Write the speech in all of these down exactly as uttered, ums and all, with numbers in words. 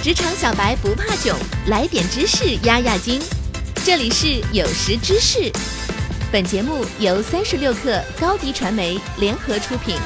职场小白不怕囧，来点知识压压惊。这里是有识知识，本节目由三十六克高迪传媒联合出品。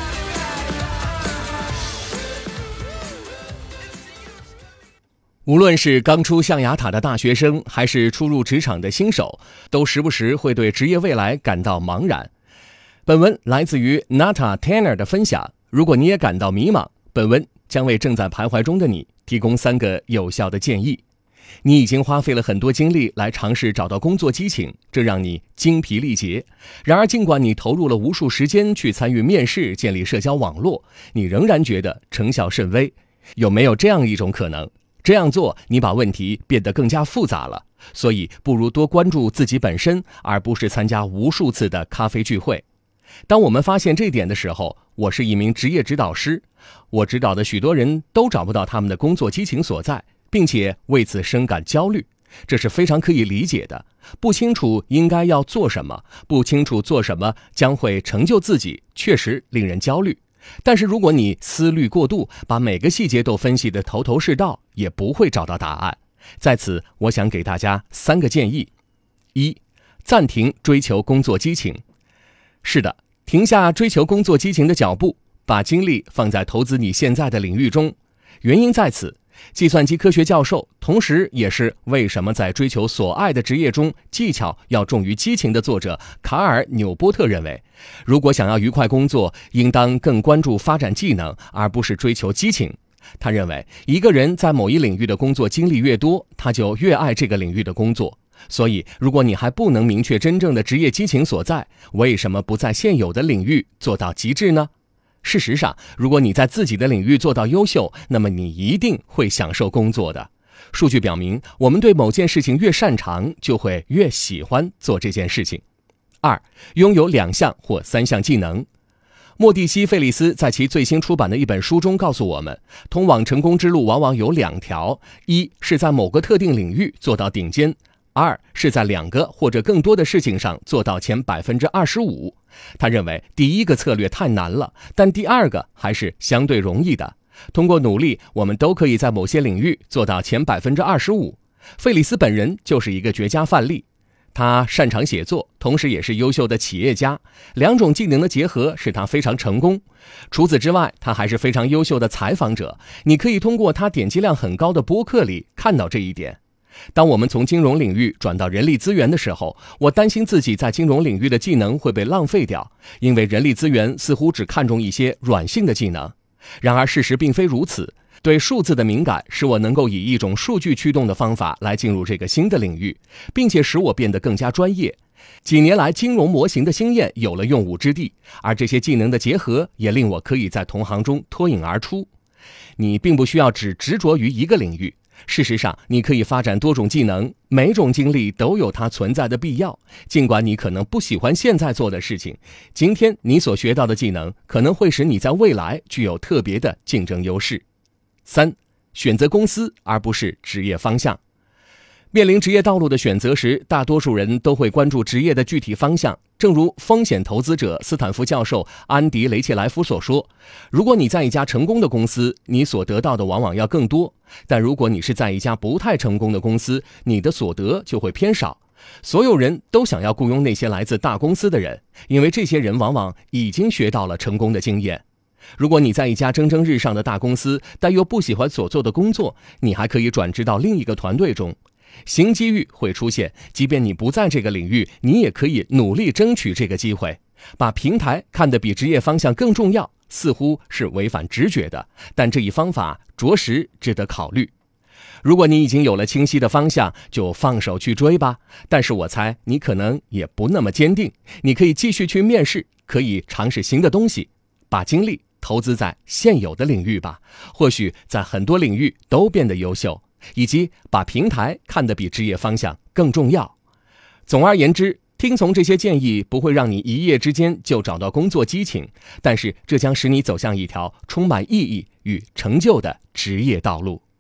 无论是刚出象牙塔的大学生，还是初入职场的新手，都时不时会对职业未来感到茫然。本文来自于 Nata Tanner 的分享，如果你也感到迷茫，本文将为正在徘徊中的你提供三个有效的建议。你已经花费了很多精力来尝试找到工作激情，这让你精疲力竭。然而尽管你投入了无数时间去参与面试，建立社交网络，你仍然觉得成效甚微。有没有这样一种可能，这样做你把问题变得更加复杂了，所以不如多关注自己本身，而不是参加无数次的咖啡聚会。当我们发现这点的时候，我是一名职业指导师，我指导的许多人都找不到他们的工作激情所在，并且为此深感焦虑，这是非常可以理解的。不清楚应该要做什么，不清楚做什么将会成就自己，确实令人焦虑。但是如果你思虑过度，把每个细节都分析得头头是道，也不会找到答案。在此，我想给大家三个建议。一、暂停追求工作激情。是的，停下追求工作激情的脚步，把精力放在投资你现在的领域中。原因在此，计算机科学教授，同时也是为什么在追求所爱的职业中技巧要重于激情的作者卡尔·纽波特认为，如果想要愉快工作，应当更关注发展技能，而不是追求激情。他认为，一个人在某一领域的工作经历越多，他就越爱这个领域的工作。所以，如果你还不能明确真正的职业激情所在，为什么不在现有的领域做到极致呢？事实上，如果你在自己的领域做到优秀，那么你一定会享受工作的。数据表明，我们对某件事情越擅长，就会越喜欢做这件事情。二、拥有两项或三项技能。莫蒂西·费利斯在其最新出版的一本书中告诉我们，通往成功之路往往有两条：一是在某个特定领域做到顶尖，二是在两个或者更多的事情上做到前 百分之二十五。 他认为第一个策略太难了，但第二个还是相对容易的。通过努力，我们都可以在某些领域做到前 百分之二十五。 费利斯本人就是一个绝佳范例。他擅长写作，同时也是优秀的企业家，两种技能的结合使他非常成功。除此之外，他还是非常优秀的采访者，你可以通过他点击量很高的播客里看到这一点。当我们从金融领域转到人力资源的时候，我担心自己在金融领域的技能会被浪费掉，因为人力资源似乎只看重一些软性的技能。然而事实并非如此，对数字的敏感使我能够以一种数据驱动的方法来进入这个新的领域，并且使我变得更加专业。几年来，金融模型的经验有了用武之地，而这些技能的结合也令我可以在同行中脱颖而出。你并不需要只执着于一个领域，事实上，你可以发展多种技能，每种经历都有它存在的必要。尽管你可能不喜欢现在做的事情，今天你所学到的技能可能会使你在未来具有特别的竞争优势。三、选择公司而不是职业方向。面临职业道路的选择时，大多数人都会关注职业的具体方向。正如风险投资者斯坦福教授安迪·雷切莱夫所说，如果你在一家成功的公司，你所得到的往往要更多；但如果你是在一家不太成功的公司，你的所得就会偏少。所有人都想要雇佣那些来自大公司的人，因为这些人往往已经学到了成功的经验。如果你在一家蒸蒸日上的大公司，但又不喜欢所做的工作，你还可以转职到另一个团队中。新机遇会出现，即便你不在这个领域，你也可以努力争取这个机会。把平台看得比职业方向更重要，似乎是违反直觉的，但这一方法着实值得考虑。如果你已经有了清晰的方向，就放手去追吧。但是我猜你可能也不那么坚定，你可以继续去面试，可以尝试新的东西，把精力投资在现有的领域吧，或许在很多领域都变得优秀，以及把平台看得比职业方向更重要。总而言之，听从这些建议不会让你一夜之间就找到工作激情，但是这将使你走向一条充满意义与成就的职业道路。